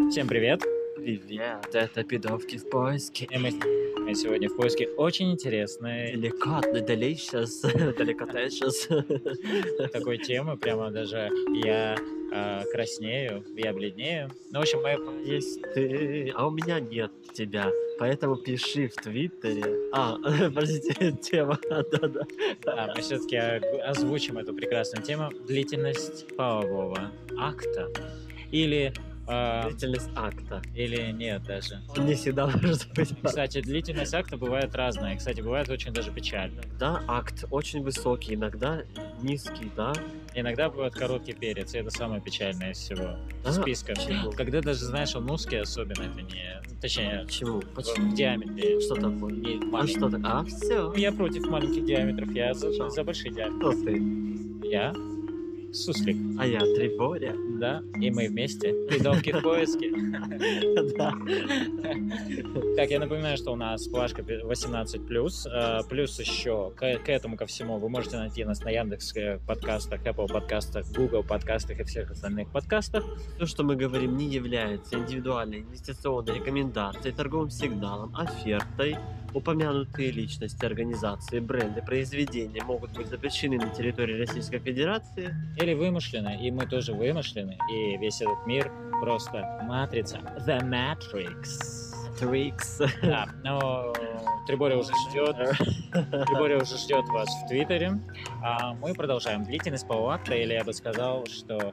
Всем привет! Привет, это «Пидовки в поиске». И мы сегодня в поиске очень интересной Деликатно, delicious, деликатесиous. такой темы. Прямо даже я краснею, я бледнею. Ну, в общем, мы... Есть ты, а у меня нет тебя, поэтому пиши в Твиттере. Подождите, тема, да-да. Да, мы все-таки озвучим эту прекрасную тему. Длительность полового акта. Или... Длительность акта. Или нет даже. Он не всегда может быть. Кстати, длительность акта бывает разная. И, кстати, бывает очень даже печально. Иногда акт очень высокий, иногда низкий, да? Иногда бывает короткий перец, и это самое печальное из всего Да? списка. Почему? Когда даже, знаешь, он узкий особенно, это не... Точнее, Почему? в диаметре. Что такое? Не А маленький. что такое? Все. Я против маленьких диаметров, я за большие диаметры. Кто ты? Я суслик, А я Триборя. да, и мы вместе. Пидовки в поиске. Да. Так, я напоминаю, что у нас плашка 18+, плюс еще к этому ко всему вы можете найти нас на Яндекс подкастах, Apple подкастах, Google подкастах и всех остальных подкастах. Все, что мы говорим, не является индивидуальной инвестиционной рекомендацией, торговым сигналом, офертой. Упомянутые личности, организации, бренды, произведения могут быть запрещены на территории Российской Федерации. Или вымышлены, и мы тоже вымышлены, и весь этот мир просто матрица. The Matrix. Трикс. Да, но Триборя уже ждет вас в Твиттере. А мы продолжаем. Длительность полового акта, или я бы сказал, что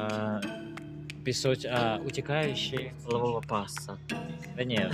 утекающий... Полового пасса. Да нет.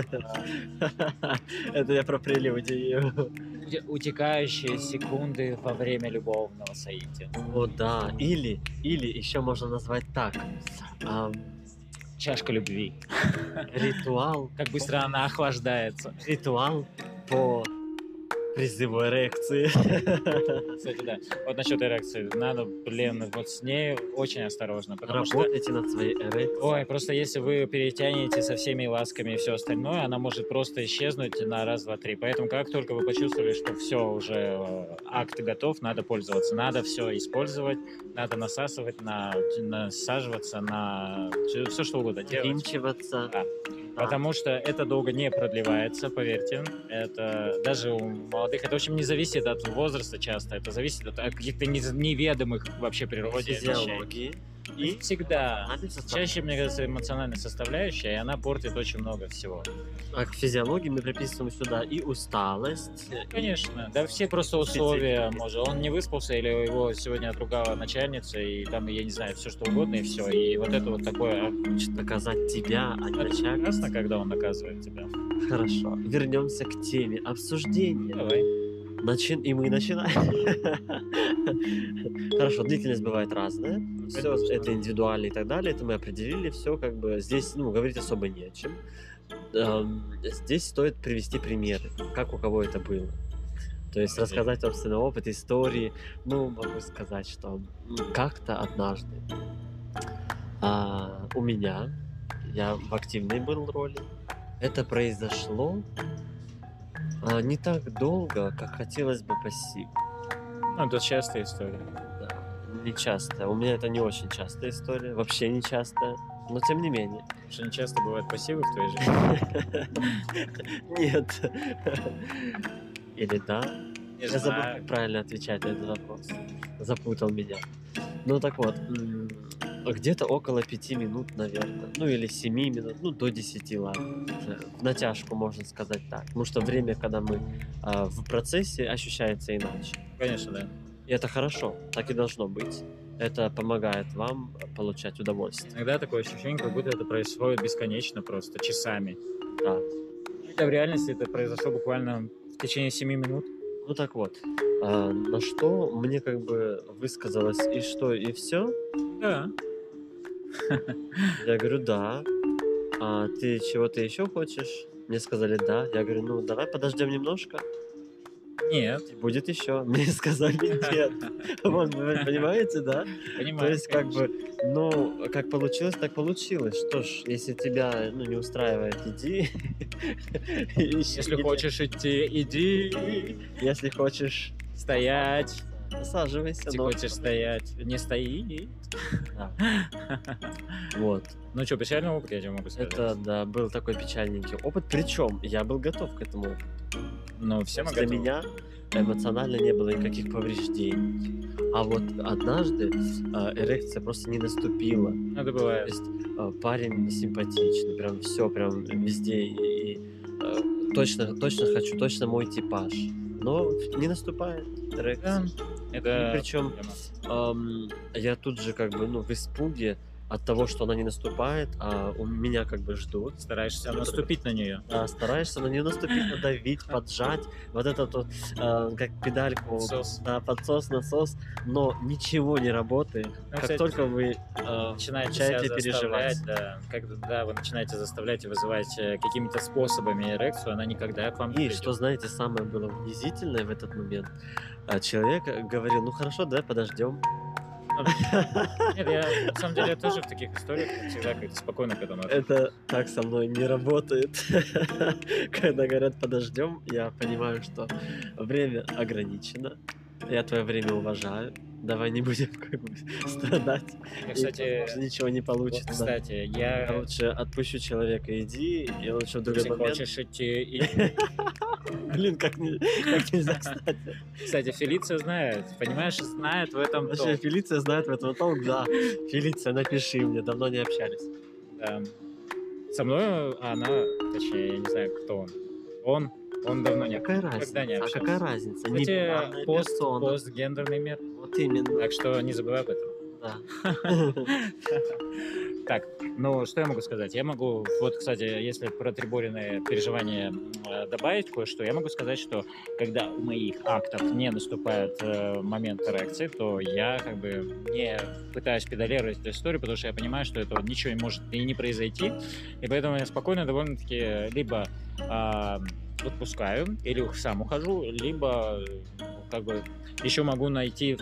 Это я про прелюдию. Утекающие секунды во время любовного соития. О, да. Или еще можно назвать так. Чашка любви. Ритуал. Как быстро она охлаждается. Ритуал по призыву эрекции. Кстати, да. Вот насчет эрекции. Надо, вот с ней очень осторожно. Работайте над своей эрекцией. Ой, просто если вы перетянете со всеми ласками и все остальное, она может просто исчезнуть на раз, два, три. Поэтому как только вы почувствовали, что все, уже акт готов, надо пользоваться. Надо все использовать, надо насасывать, насаживаться, на все что угодно делать. Винчиваться. Да. Потому что это долго не продлевается, поверьте. Это даже у молодых, это, в общем, не зависит от возраста часто, это зависит от каких-то неведомых вообще природе физиологии. И всегда. Чаще, мне кажется, эмоциональная составляющая, и она портит очень много всего. А к физиологии мы приписываем сюда и усталость. Конечно. Да все просто условия, может. Он не выспался, или его сегодня отругала начальница, и там, я не знаю, все что угодно, и все. И вот это вот такое... Хочет наказать тебя, а не Это начальника. прекрасно, когда он наказывает тебя. Хорошо. Вернемся к теме обсуждения. Давай. И мы начинаем. Хорошо, длительность бывает разная. Все это индивидуально и так далее. Это мы определили. Все как бы здесь, говорить особо не о чем. Здесь стоит привести примеры, как у кого это было. То есть рассказать собственный опыт, истории. Могу сказать, что как-то однажды у меня, я в активной был роли, это произошло не так долго, как хотелось бы пассивно. Это частая история. Да, не часто. У меня это не очень частая история, вообще не частая, но тем не менее. Что не часто бывают пассивы в твоей жизни? Нет. Или да? Я забыл, как правильно отвечать на этот вопрос. Запутал меня. Так вот, где-то около 5 минут, наверное. Или 7 минут, до 10, ладно. В натяжку, можно сказать так. Потому что время, когда мы в процессе, ощущается иначе. Конечно, да. И это хорошо, так и должно быть. Это помогает вам получать удовольствие. Иногда такое ощущение, как будто это происходит бесконечно просто, часами. Да. Хотя в реальности это произошло буквально в течение 7 минут. Так вот, на что мне как бы высказалось и что, и все. Да. Я говорю, да. А ты чего-то еще хочешь? Мне сказали, да. Я говорю, давай подождем немножко. Нет. Будет еще. Мне сказали, нет. Вот, вы понимаете, да? Понимаю. То есть, как бы, как получилось, так получилось. Что ж, если тебя, не устраивает, иди. Если хочешь идти, иди. Если хочешь стоять, Насаживайся, Ты но... хочешь стоять, не стои. Да. Вот. Ну что, печальный опыт, я тебе могу сказать. Это, да, был такой печальненький опыт. Причем я был готов к этому. Ну, все мы Для готовы. меня эмоционально не было никаких повреждений. А вот однажды эрекция просто не наступила. Ну, это То бывает. есть парень симпатичный, прям все, прям везде. И точно хочу, точно мой типаж. Но не наступает эрекция. Да, это Причем проблема. я тут же как бы, ну, в испуге от того, что она не наступает, а у меня как бы ждут. Стараешься наступить на нее. Да, стараешься на нее наступить, надавить, поджать, вот этот вот, как педальку, Подсос. да, подсос, насос, но ничего не работает. Ну, Как кстати, только вы начинаете себя начинаете переживать. заставлять, да, когда вы начинаете заставлять и вызывать какими-то способами эрекцию, она никогда к вам не И придет. что, знаете, самое было унизительное в этот момент? Человек говорил, ну хорошо, давай подождем. Нет, я на самом деле тоже в таких историях всегда как-то спокойно к этому отношусь. Это так со мной не работает. Когда говорят подождем, я понимаю, что время ограничено. Я твое время уважаю. Давай не будем как бы страдать. Я, И, кстати, возможно, ничего не вот, получится. кстати, Я я, лучше отпущу человека, иди, и лучше в другой если момент. хочешь идти, и... Блин, как нельзя, кстати. Кстати, Фелиция знает, понимаешь, знает в этом Вообще, толк. Фелиция знает в этом толк, да. Фелиция, напиши мне, давно не общались. Да. Со мной она, точнее, я не знаю, кто он. Он давно не Какая никогда разница? не А общался. какая разница? Не Кстати, бинарная персона. постгендерный мир. Вот именно, Так что не забывай об этом. да. Так, ну что я могу сказать? Я могу, вот, кстати, если про Триборины переживания добавить кое-что, я могу сказать, что когда у моих актов не наступает момент эрекции, то я как бы не пытаюсь педалировать эту историю, потому что я понимаю, что этого ничего не может и не произойти, и поэтому я спокойно довольно-таки либо отпускаю, или сам ухожу, либо как бы еще могу найти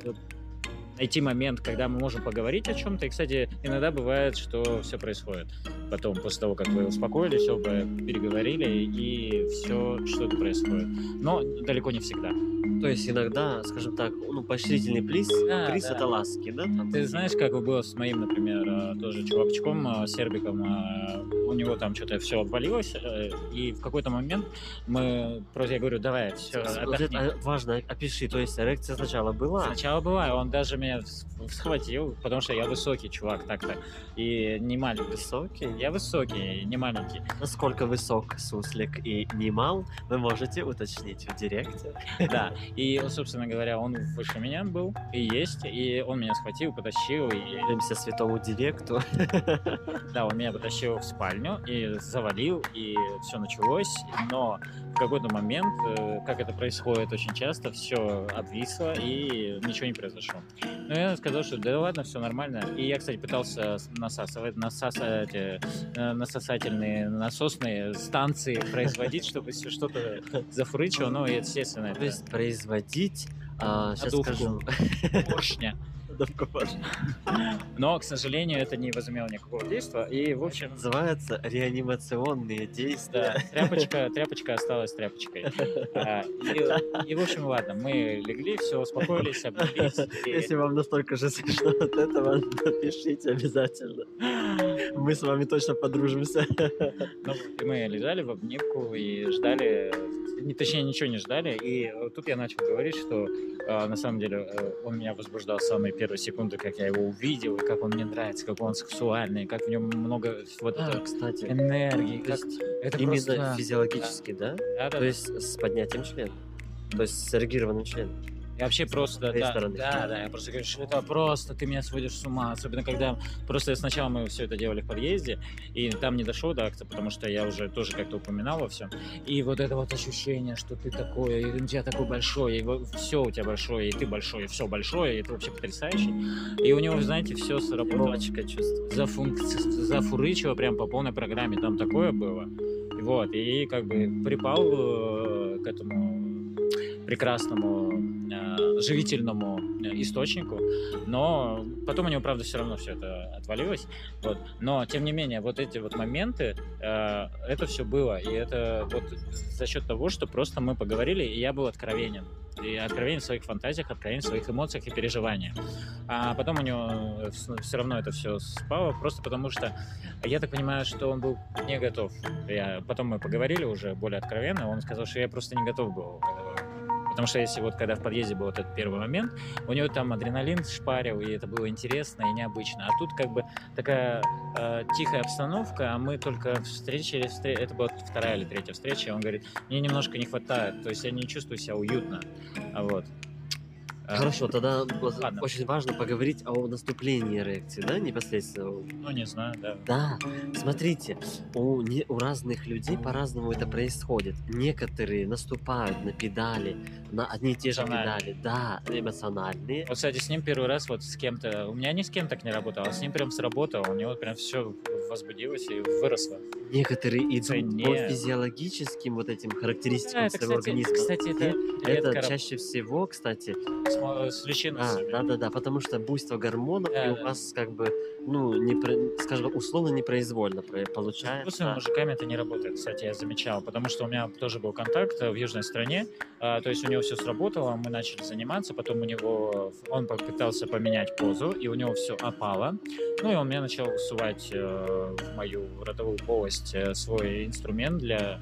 момент, когда мы можем поговорить о чем-то. И, кстати, иногда бывает, что все происходит. Потом, после того, как вы успокоились, все переговорили, и все что-то происходит. Но далеко не всегда. То есть иногда, скажем так, ну, поощрительный приз, Да, приз да. это ласки, да? Там? Ты знаешь, как было с моим, например, тоже чувачком, сербиком, у него там что-то все обвалилось, и в какой-то момент я говорю, давай, все, Вот это важно, опиши, то есть эрекция сначала была, Сначала была, он даже меня схватил, потому что я высокий чувак так-то, и не маленький. высокий. Я высокий, не маленький. Насколько высок суслик и немал, вы можете уточнить в директе. Да, и, собственно говоря, он выше меня был, и есть, и он меня схватил, потащил, и Молимся святому директу. да, он меня потащил в спальню и завалил, и все началось, но в какой-то момент, как это происходит очень часто, все обвисло, и ничего не произошло. Но я сказал, что да ладно, все нормально. И я, кстати, пытался насасывать, насосательные, насосные станции производить, чтобы что-то зафрычило, но, естественно, То это есть производить, сейчас Надувку. скажу. поршня. Надувку поршня. Но, к сожалению, это не возымело никакого действия. И, в общем, Называется реанимационные действия. да, тряпочка осталась тряпочкой. И, в общем, ладно, мы легли, все, успокоились, обнялись. Если вам настолько же смешно от этого, напишите обязательно. Мы с вами точно подружимся. Ну, и мы лежали в обнимку и ждали, точнее, ничего не ждали. И тут я начал говорить, что на самом деле он меня возбуждал с самой первой секунды, как я его увидел, и как он мне нравится, как он сексуальный, как в нем много вот этой Кстати, энергии. то Как... есть Это именно просто... физиологически, да? Да, То есть с поднятием члена. То есть с эрегированным членом. Я вообще просто, твоей да, стороны. да, я просто говорю, что это просто, ты меня сводишь с ума, особенно когда, просто сначала мы все это делали в подъезде, и там не дошло до акта, потому что я уже тоже как-то упоминал во всем, и вот это вот ощущение, что ты такой, и у тебя такой большой, и все у тебя большое, и ты большой, и все большое, и это вообще потрясающе, и у него, знаете, все сработало, Мамочка чувствует. зафурычило прям по полной программе, там такое было, вот, и как бы припал к этому прекрасному живительному источнику, но потом у него, правда, все равно все это отвалилось, вот. Но, тем не менее, вот эти вот моменты, это все было, и это вот за счет того, что просто мы поговорили, и я был откровенен. И откровенен в своих фантазиях, откровенен в своих эмоциях и переживаниях. А потом у него все равно это все спало, просто потому что я так понимаю, что он был не готов. Потом мы поговорили уже более откровенно, он сказал, что я просто не готов был. Потому что если вот когда в подъезде был вот этот первый момент, у него там адреналин шпарил, и это было интересно и необычно. А тут как бы такая тихая обстановка, а мы только встретились, это была вторая или третья встреча, и он говорит, мне немножко не хватает, то есть я не чувствую себя уютно. Вот. Хорошо, тогда Ладно. очень важно поговорить о наступлении эрекции, да, непосредственно. Ну, не знаю, да. Да, смотрите, у разных людей по-разному это происходит. Некоторые наступают на педали, на одни и те же Эмоциональные. педали, да, эмоциональные. Вот, кстати, с ним первый раз вот с кем-то, у меня ни с кем так не работало, а с ним прям сработало, у него прям все возбудилось и выросло. Некоторые идут по Цене. физиологическим вот этим Да, характеристикам это, своего организма. кстати, это Это редко чаще всего, кстати, с личинками. да, потому что буйство гормонов, и Да, у да. вас как бы, ну, скажем, условно непроизвольно С взрослыми получается. мужиками это не работает, кстати, я замечал, потому что у меня тоже был контакт в южной стране, то есть у него все сработало, мы начали заниматься, потом он попытался поменять позу, и у него все опало, ну и он мне начал всувать в мою ротовую полость свой инструмент для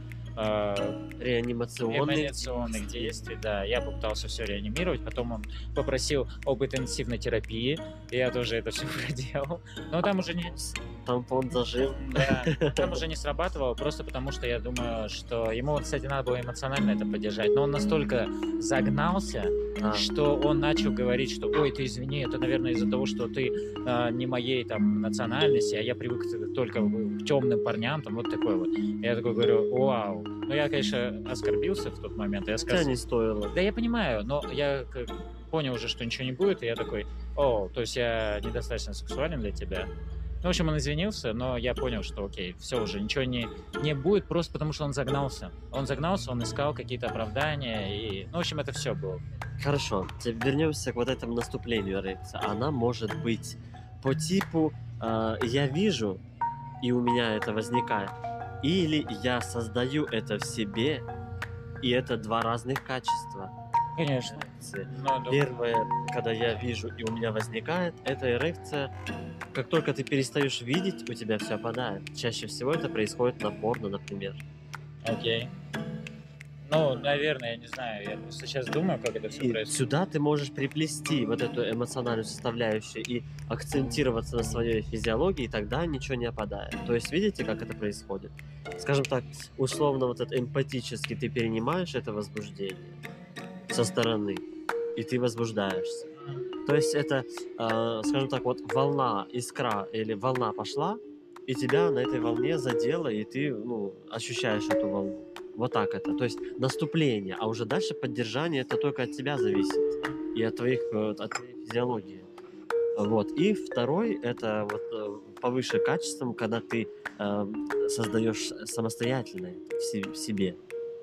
Реанимационных реанимационных действий, да, я попытался все реанимировать, потом он попросил об интенсивной терапии, и я тоже это все проделал, но там уже не, тампон зажим. да, там уже не срабатывало, просто потому что я думаю, что ему, вот, кстати, надо было эмоционально это поддержать, но он настолько загнался, А, что он начал говорить, что ой, ты извини, это, наверное, из-за того, что ты не моей там национальности, а я привык только к темным парням, там вот такой вот. Я такой говорю, вау. Ну, я, конечно, оскорбился в тот момент, я хотя сказал, не стоило. да я понимаю, но я понял уже, что ничего не будет, и я такой, о, то есть я недостаточно сексуален для тебя. Ну, в общем, он извинился, но я понял, что окей, все уже, ничего не будет, просто потому что он загнался. Он загнался, он искал какие-то оправдания, и, ну, в общем, это все было. Хорошо, теперь вернемся к вот этому наступлению эрекции. Она может быть по типу я вижу, и у меня это возникает, или я создаю это в себе, и это два разных качества Конечно. эрекции. Но, думаю, Первое, когда я вижу и у меня возникает, это эрекция. Как только ты перестаешь видеть, у тебя все опадает. Чаще всего это происходит на порно, например. окей. Ну, наверное, я не знаю, я просто сейчас думаю, как это все И происходит. сюда ты можешь приплести вот эту эмоциональную составляющую и акцентироваться на своей физиологии, и тогда ничего не опадает. То есть видите, как это происходит? Скажем так, условно вот это эмпатически ты перенимаешь это возбуждение со стороны, и ты возбуждаешься. То есть это, скажем так, вот волна, искра или волна пошла, и тебя на этой волне задело, и ты, ну, ощущаешь эту волну. Вот так это. То есть наступление, а уже дальше поддержание это только от тебя зависит и от твоей физиологии. Вот. И второй это вот повыше качеством, когда ты создаешь самостоятельно в себе.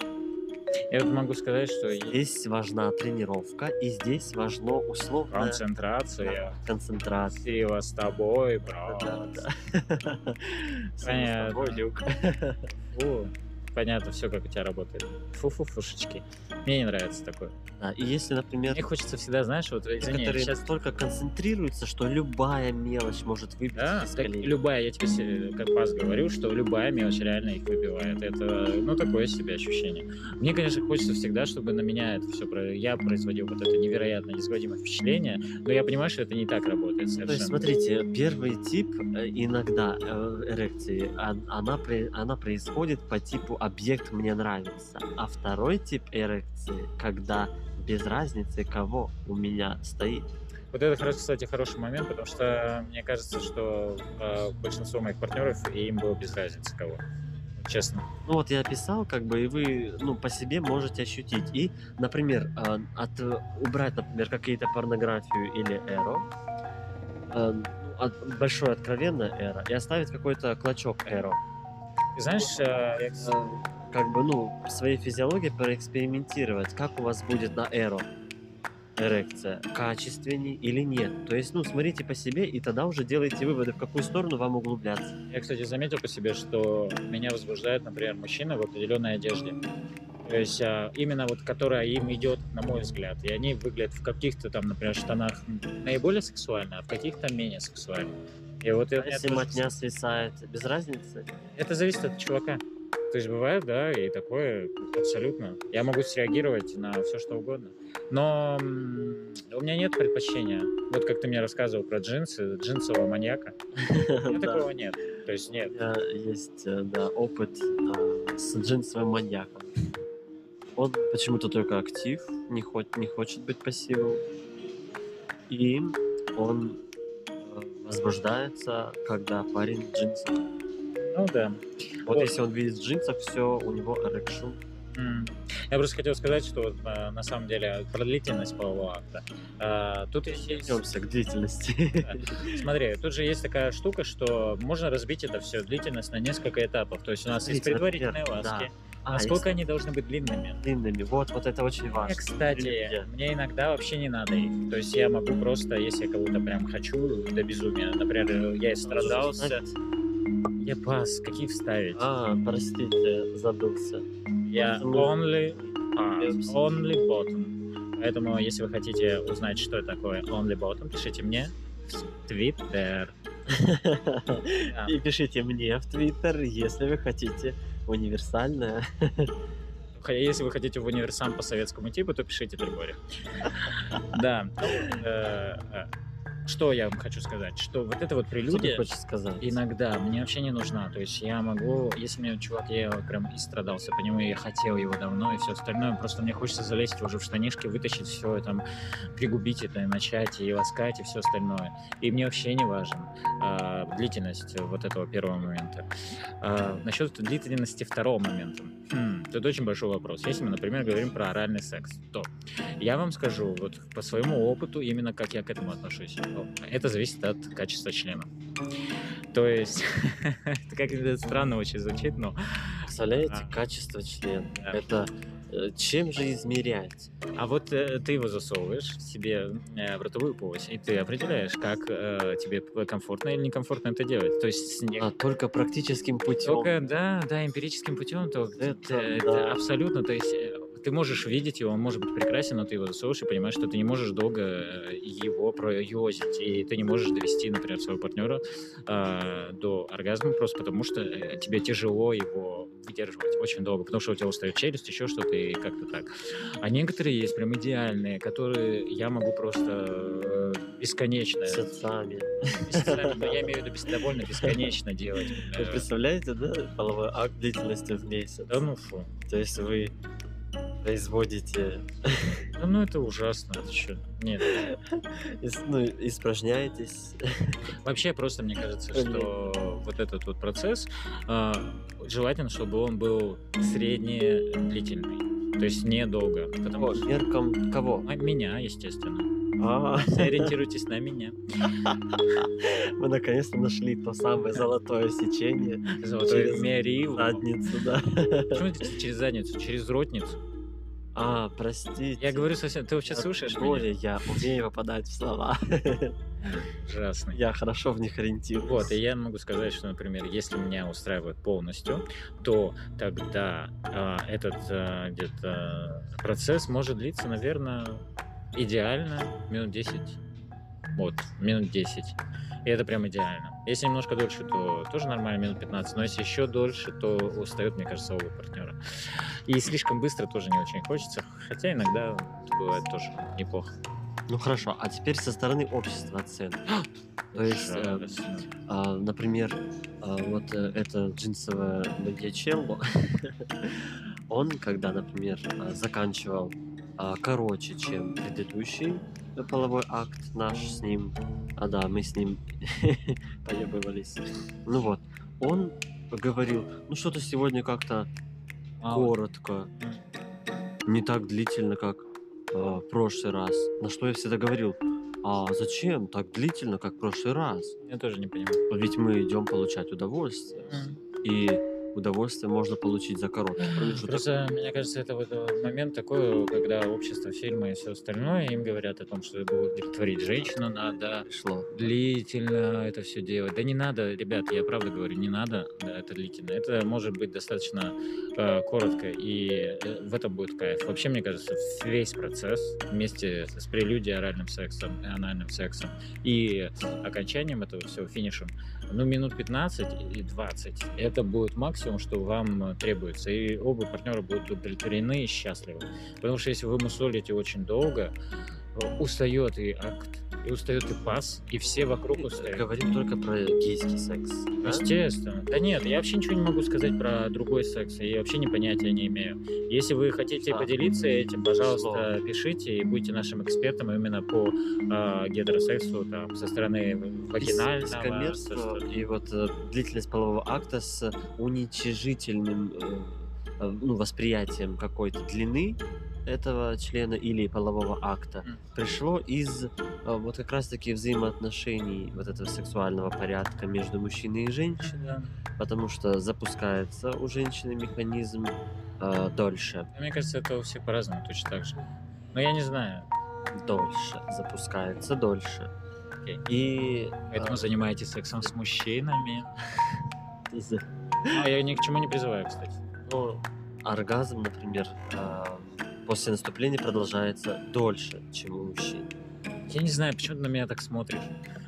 Я вот могу сказать, что Здесь важна тренировка, и здесь важно условно концентрация, концентрация. сила с тобой, брат. Да. Понятно. С тобой, Люк. Фу, понятно все, как у тебя работает. Фу-фу-фушечки. Мне не нравится такое. Да, и если, например, Мне хочется всегда, знаешь, вот, извини, некоторые сейчас... настолько концентрируются, что любая мелочь может выбить Да, из так колеи. любая, я тебе как пас говорю, что любая мелочь реально их выбивает. Это, ну, такое себе ощущение. Мне, конечно, хочется всегда, чтобы на меня это все... Я производил вот это невероятно неизгладимое впечатление, но я понимаю, что это не так работает То есть, совершенно. смотрите, первый тип иногда эрекции, она происходит по типу объект мне нравится, а второй тип эрекции, когда без разницы, кого у меня стоит. Вот это, кстати, хороший момент, потому что мне кажется, что большинство моих партнеров, и им было без разницы кого. Честно. Ну вот я описал, как бы, и вы, ну, по себе можете ощутить. И, например, убрать, например, какие-то порнографию или эро, большое откровенное эро, и оставить какой-то клочок эро. Ты знаешь, Как бы, ну, в своей физиологии проэкспериментировать, как у вас будет на эро. эрекция качественней или нет. То есть, ну, смотрите по себе, и тогда уже делайте выводы, в какую сторону вам углубляться. Я, кстати, заметил по себе, что меня возбуждает, например, мужчина в определенной одежде. То есть именно вот которая им идет, на мой взгляд. И они выглядят в каких-то там, например, штанах наиболее сексуально, а в каких-то менее сексуально. И вот А это, если мотня свисает, без разницы? это зависит от чувака. То есть бывает, да, и такое абсолютно. Я могу среагировать на все, что угодно. Но у меня нет предпочтения. Вот как ты мне рассказывал про джинсы, джинсового маньяка. У меня Да. такого нет. То есть У нет. меня есть, да, опыт с джинсовым маньяком. Он почему-то только актив, не хочет быть пассивом. И он возбуждается, когда парень в джинсах. Ну да. Вот Вот. если он видит в джинсах, все, у него эрекшн. Я просто хотел сказать, что вот, на самом деле про длительность полового акта. Тут есть... Вернемся к длительности. Смотри, тут же есть такая штука, что можно разбить это все длительность на несколько этапов. То есть у нас есть Смотрите, предварительные например, ласки. да. Насколько есть они должны быть длинными? длинными. Вот это очень Мне, важно. кстати, Длинные. мне иногда вообще не надо их. То есть я могу просто, если я кого-то прям хочу до безумия, например, я истрадался, я пас, какие вставить? Простите, забылся. Я Only- only bottom. Поэтому, если вы хотите узнать, что это такое only bottom, пишите мне в Twitter. Да. И пишите мне в Твиттер, если вы хотите универсальное. Если вы хотите в универсам по советскому типу, то пишите Григорий. Да. Что я вам хочу сказать? Что вот это вот Что ты прелюдия хочешь сказать? иногда мне вообще не нужна. То есть я могу, если мне чувак, я прям истрадался по нему, и я хотел его давно и все остальное, просто мне хочется залезть уже в штанишки, вытащить все, там, пригубить это, и начать, и ласкать, и все остальное. И мне вообще не важен длительность вот этого первого момента. Насчет длительности второго момента. Тут очень большой вопрос. Если мы, например, говорим про оральный секс, то я вам скажу вот по своему опыту, именно как я к этому отношусь. Это зависит от качества члена. То есть, это как-то странно очень звучит, но... Представляете, качество члена. Да. Это чем же измерять? А вот ты его засовываешь себе в ротовую полость, и ты определяешь, как тебе комфортно или некомфортно это делать. То есть Только практическим путем. только, да, эмпирическим путем, то это да. абсолютно, то есть ты можешь видеть его, он может быть прекрасен, но ты его засовываешь и понимаешь, что ты не можешь долго его проюзить, и ты не можешь довести, например, своего партнера до оргазма просто потому, что тебе тяжело его выдерживать очень долго, потому что у тебя устает челюсть, еще что-то, и как-то так. А некоторые есть прям идеальные, которые я могу просто бесконечно... Месяцами. Но я имею в виду довольно бесконечно делать. Вы представляете, да, половой акт длительностью в месяц? Да ну фу. То есть вы производите, Да ну это ужасно. Это что? Нет. испражняетесь. Вообще просто мне кажется, что вот этот вот процесс желательно, чтобы он был среднедлительный. То есть недолго. Потому По что... меркам кого? Меня, естественно. А, Ориентируйтесь на меня. мы наконец-то нашли то самое золотое сечение. Золотое Через мерило. задницу, да. Почему это через задницу? Через ротницу? Простите. Я говорю совсем... Ты вообще слушаешь меня? Более я умею попадать в слова. Ужасно. Я хорошо в них ориентируюсь. Вот, и я могу сказать, что, например, если меня устраивает полностью, то тогда этот где-то процесс может длиться, наверное, идеально минут 10. Вот, минут 10. И это прям идеально. Если немножко дольше, то тоже нормально, минут 15. Но если еще дольше, то устает, мне кажется, оба партнера. И слишком быстро тоже не очень хочется. Хотя иногда это бывает тоже неплохо. Ну хорошо, а теперь со стороны общества оценки. То есть, например, вот это джинсовое маньячелло, он, когда, например, заканчивал короче, чем предыдущий половой акт наш с ним, да, мы с ним поебывались, ну вот, он говорил, ну что-то сегодня как-то коротко, не так длительно, как в прошлый раз. На что я всегда говорил, а зачем так длительно, как в прошлый раз? Я тоже не понимаю. Ведь мы идем получать удовольствие. И удовольствие можно получить за короткий промежуток. Просто, мне кажется, это вот момент такой, когда общество, фильмы и все остальное им говорят о том, что чтобы удовлетворить женщину, надо Пришло. длительно это все делать. Да не надо, ребят, я правда говорю, не надо, да, это длительно. Это может быть достаточно коротко, и в этом будет кайф. Вообще, мне кажется, весь процесс вместе с прелюдией, оральным сексом, анальным сексом и окончанием этого всего, финишем, ну, минут 15 и 20. Это будет максимум, что вам требуется. И оба партнера будут удовлетворены и счастливы. Потому что если вы мусолите очень долго, устает и акт, и устает и пас, и все вокруг устают. Говорим только про гейский секс. Да? Естественно. Да нет, я вообще ничего не могу сказать про другой секс. Я вообще понятия не имею. Если вы хотите Да. поделиться этим, пожалуйста, пишите и будьте нашим экспертом именно по гетеросексу там, со стороны вагинального. Бескомерство и вот длительность полового акта с уничижительным восприятием какой-то длины этого члена или полового акта пришло из вот как раз-таки взаимоотношений вот этого сексуального порядка между мужчиной и женщиной, Да. потому что запускается у женщины механизм дольше, Мне кажется, это у всех по-разному точно так же. Но я не знаю. запускается дольше. Окей. И Поэтому занимаетесь сексом с мужчинами. за- А я ни к чему не призываю, кстати. ну, оргазм, например, после наступления продолжается дольше, чем у мужчин. Я не знаю, почему ты на меня так смотришь.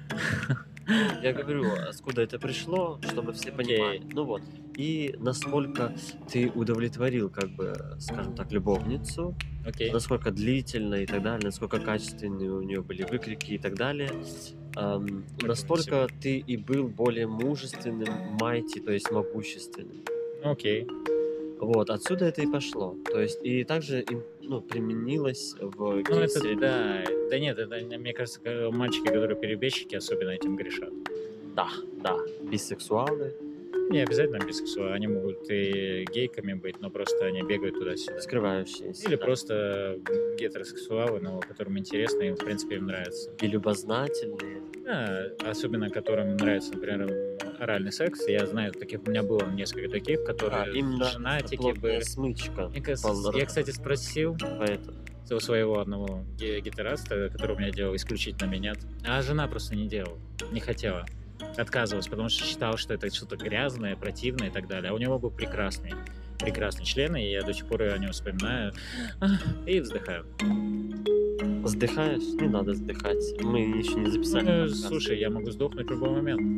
Я говорю, откуда это пришло, чтобы все понимали. Ну вот. И насколько ты удовлетворил, как бы, скажем так, любовницу, Окей. насколько длительно и так далее, насколько качественные у нее были выкрики и так далее, настолько ты и был более мужественным, майти, то есть могущественным. Окей. Вот, отсюда это и пошло. То есть, и также применилось в Ну, это гей-среде. да. Да нет, это, мне кажется, мальчики, которые перебежчики, особенно этим грешат. Да, бисексуалы, Не обязательно бисексуалы, они могут и гейками быть, но просто они бегают туда-сюда. скрывающиеся. Или да. просто гетеросексуалы, но которым интересно и, в принципе, им нравится. И любознательные. Да, особенно которым нравится, например, оральный секс. Я знаю, таких у меня было несколько таких, которые Им нравится женатики плотная были. смычка. Мне кажется, Полно- я, кстати, спросил Поэтому. у своего одного гитариста, который у меня делал исключительно минет, а жена просто не делала, не хотела, отказывалась, потому что считала, что это что-то грязное, противное и так далее. А у него был прекрасный член, и я до сих пор о нем вспоминаю и вздыхаю. Вздыхаешь? Не надо вздыхать. Мы еще не записали. подкаст. Слушай, я могу сдохнуть в любой момент.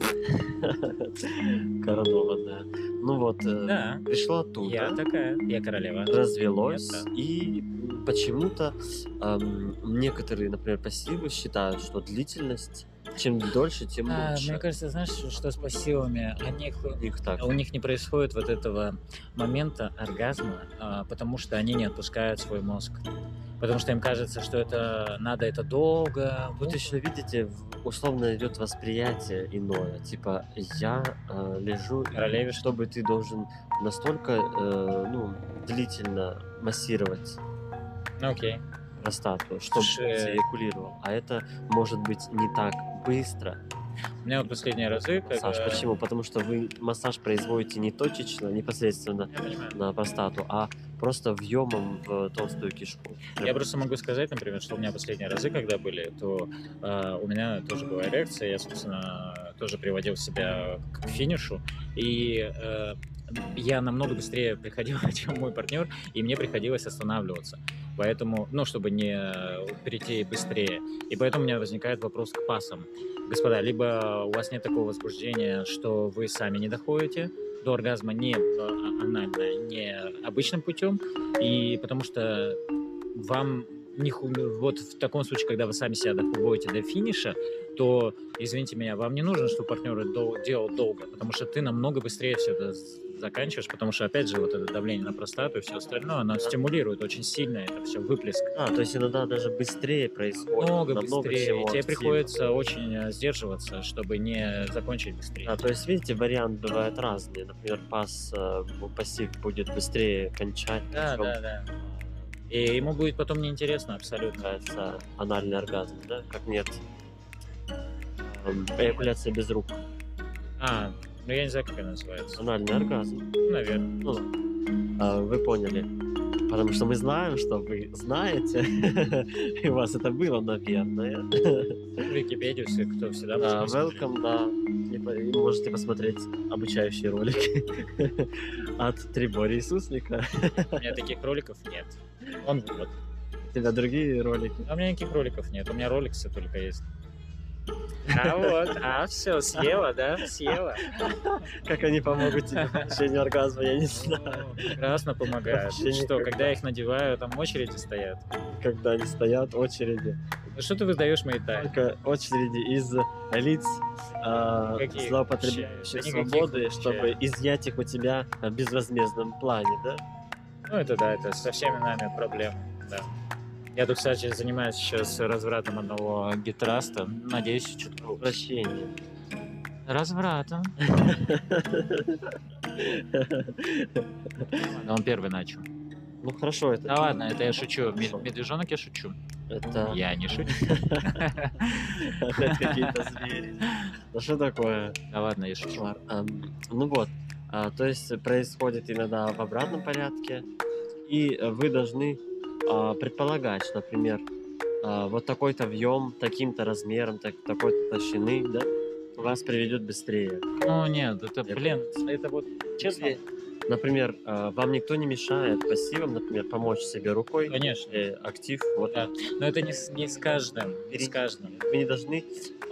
Коронованная. Ну вот, Да. пришло оттуда. Я такая, я королева. Развелось, Нет, да. и почему-то некоторые, например, пассивы считают, что длительность чем дольше, тем лучше. Мне кажется, знаешь, что с пассивами, У них так. у них не происходит вот этого момента оргазма, потому что они не отпускают свой мозг. Потому что им кажется, что это надо это долго. Тут еще, видите, условно идет восприятие иное. Типа, я лежу, и Королеве, чтобы ты должен настолько длительно массировать Ну, окей. простату, чтобы Слушай, ты эякулировал. А это может быть не так быстро. У меня вот последние разы, Массаж. когда... Почему? Потому что вы массаж производите не точечно, непосредственно Я понимаю. на простату, а просто въемом в толстую кишку. Я просто могу сказать, например, что у меня последние разы, когда были, то у меня тоже была эрекция, я, собственно, тоже приводил себя к финишу, и я намного быстрее приходил, чем мой партнер, и мне приходилось останавливаться. Поэтому, чтобы не перейти быстрее. И поэтому у меня возникает вопрос к пасам. Господа, либо у вас нет такого возбуждения, что вы сами не доходите до оргазма не анально, не обычным путем, и потому что вам вот в таком случае, когда вы сами себя доводите до финиша, то, извините меня, вам не нужно, чтобы партнер делал долго, потому что ты намного быстрее все это заканчиваешь, потому что, опять же, вот это давление на простату и все остальное, оно стимулирует очень сильно это все, выплеск. то есть иногда даже быстрее происходит. Много намного, быстрее. чем у И тебе активного. приходится очень сдерживаться, чтобы не закончить быстрее. То есть, видите, вариант бывает разный. Например, пассив будет быстрее кончать, Да, причем да, да. И ему будет потом неинтересно абсолютно. называется анальный оргазм, да? Как нет. Эякуляция без рук. Ну, я не знаю, как она называется. Анальный оргазм. Ну, наверное. Ну ладно. Вы поняли. Потому что мы знаем, что вы знаете, и у вас это было, наверное. В Википедию все, кто всегда может посмотреть. Welcome, да. И можете посмотреть обучающие ролики от Трибории Суслика. У меня таких роликов нет. Он вот. У тебя другие ролики. А у меня никаких роликов нет. У меня роликсы только есть. Все, съела, да? Съела. Как они помогут тебе в получении оргазма, я не знаю. Прекрасно помогают. Вообще Что, никогда. когда я их надеваю, там очереди стоят. Когда они стоят, очереди. Ну что ты выдаешь мои тайны? Только очереди из лиц, Каких? злоупотребляющих Да никаких свободы, вообще. чтобы изъять их у тебя в безвозмездном плане, да? Ну это да, это со всеми нами проблема. Да. Я тут, кстати, занимаюсь сейчас развратом одного гитраста. Надеюсь, что-то получится. Прощение. Развратом. Он первый начал. Ну хорошо, это... Да ладно, это я шучу. Хорошо. Медвежонок я шучу. Это Я не шучу. опять какие-то звери. Ну что такое? Да ладно, я шучу. Ну вот, то есть происходит иногда в обратном порядке, и вы должны предполагать, что, например, вот такой-то вьем, таким-то размером, такой-то толщины, да, вас приведет быстрее. Ну нет, это, Я блин, это вот, честно, Или, например, вам никто не мешает пассивом, например, помочь себе рукой. конечно. Актив, вот Да. Но это не с каждым, не с каждым. вы не должны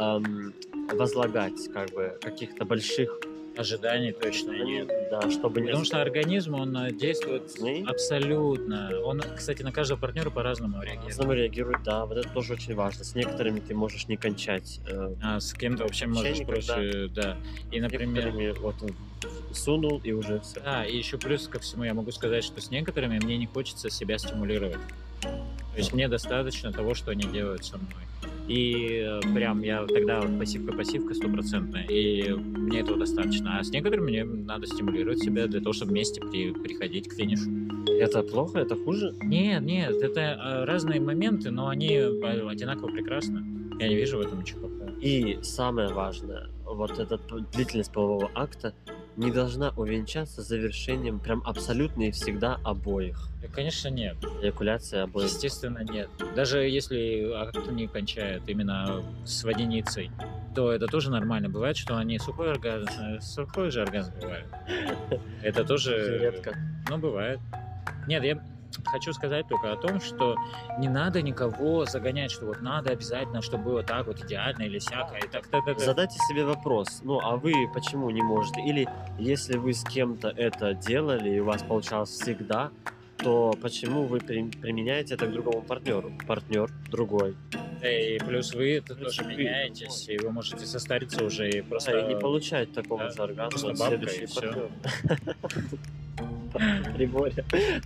возлагать как бы каких-то больших Ожиданий точно нет. да, чтобы не Потому что организм, он действует Зны. абсолютно. Он, кстати, на каждого партнера по-разному реагирует. по-разному реагирует, да, вот это тоже очень важно. С некоторыми ты можешь не кончать. А с кем-то вообще Вообще можешь никогда. проще, да. И, например, Некоторыми вот сунул и уже все. да, и еще плюс ко всему я могу сказать, что с некоторыми мне не хочется себя стимулировать. То есть мне достаточно того, что они делают со мной. И прям я тогда вот пассивка стопроцентная, и мне этого достаточно. А с некоторыми мне надо стимулировать себя для того, чтобы вместе приходить к финишу. Это плохо, это хуже? Нет, это разные моменты, но они одинаково прекрасны. Я не вижу в этом ничего плохого. И самое важное, вот эта длительность полового акта не должна увенчаться завершением прям абсолютно и всегда обоих. Да, конечно, нет. Эякуляция обоих. Естественно, нет. Даже если акт не кончает именно с водяницей, то это тоже нормально. Бывает, что они сухой же оргазм бывает. Это тоже... Редко. Ну, бывает. Нет, я хочу сказать только о том, что не надо никого загонять, что вот надо обязательно, чтобы было так вот идеально или сяко. И так. Задайте себе вопрос, ну а вы почему не можете? Или если вы с кем-то это делали и у вас получалось всегда, то почему вы применяете это к другому партнеру? Партнер другой. И плюс вы Плюс тоже вы меняетесь, и вы можете состариться уже и просто... Да, и не получать такого да, же оргазма просто от бабка, следующий и всё. партнер. Приборе.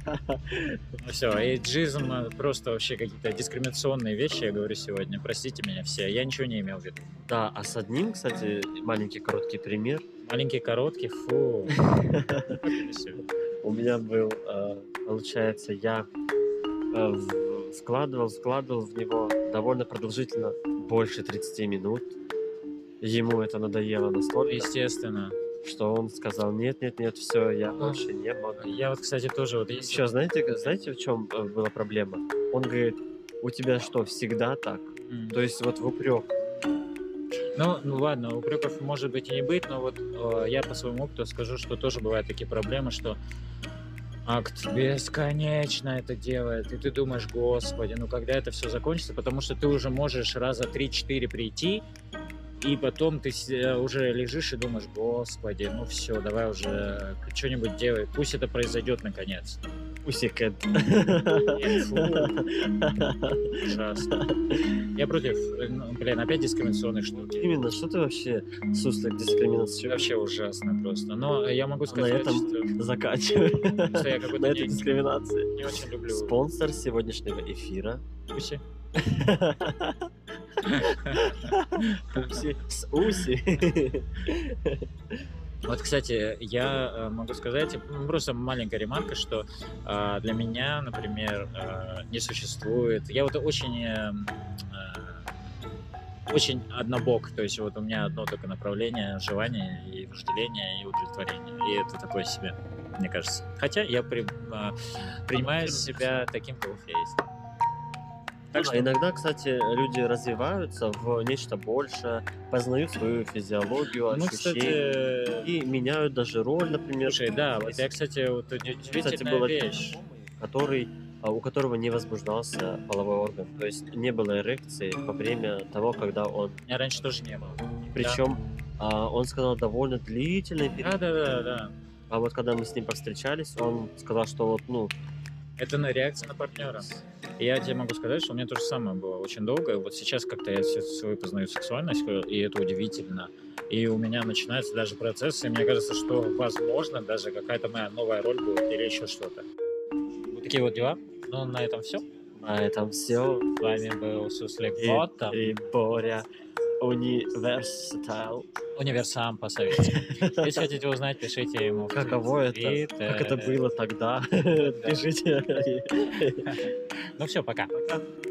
Ну все, эйджизм просто вообще какие-то дискриминационные вещи, я говорю сегодня. Простите меня все, я ничего не имел в виду. Да, а с одним, кстати, маленький короткий пример. Маленький, короткий, фу. У меня был, получается, я вкладывал в него довольно продолжительно, больше 30 минут. Ему это надоело настолько, Естественно. что он сказал, нет, все, я больше не могу. Я вот, кстати, тоже вот есть... Еще, знаете, в чем была проблема? Он говорит, у тебя что, всегда так? То есть вот в упрек. Ну ладно, упреков может быть и не быть, но вот я по своему опыту скажу, что тоже бывают такие проблемы, что акт бесконечно это делает, и ты думаешь, господи, ну когда это все закончится, потому что ты уже можешь раза 3-4 прийти, и потом ты уже лежишь и думаешь, господи, ну все, давай уже что-нибудь делай, пусть это произойдет наконец. Усикет. Нет, фу. Ужасно. Я против, опять дискриминационных штук. Именно, что ты вообще суслик дискриминации? Вообще ужасно просто. Но я могу На сказать, этом что заканчиваем. что я какой-то На этой не дискриминации. очень люблю Спонсор сегодняшнего эфира. Пуси. Пупси с Уси. Вот, кстати, я могу сказать, просто маленькая ремарка, что для меня, например, не существует... Я вот очень очень однобок. То есть вот у меня одно только направление желание и вожделение, и удовлетворение. И это такое себе, мне кажется. Хотя я принимаю себя таким, каков я есть. Так что, Иногда, кстати, люди развиваются в нечто большее, познают свою физиологию, ну, ощущения кстати, и меняют даже роль, например. слушай, да, вот Если- я, кстати, вот Кстати, удивительная был один вещь. знакомый, у которого не возбуждался половой орган, то есть не было эрекции во время того, когда он... У меня раньше тоже не было. Причем он сказал довольно длительный период. Да. А вот когда мы с ним повстречались, он сказал, что вот, ну, Это реакция на партнера. И я тебе могу сказать, что у меня то же самое было очень долго. И вот сейчас как-то я свою познаю сексуальность, и это удивительно. И у меня начинается даже процесс, и мне кажется, что, возможно, даже какая-то моя новая роль будет или еще что-то. Вот такие вот дела. Ну, на этом все. на этом все. С вами был Суслик Ботом. И Боря Университал. Универсам по совету. Если хотите узнать, пишите ему в Каково это? Твиттер. Как это было тогда? Пишите. Ну все, пока. Пока.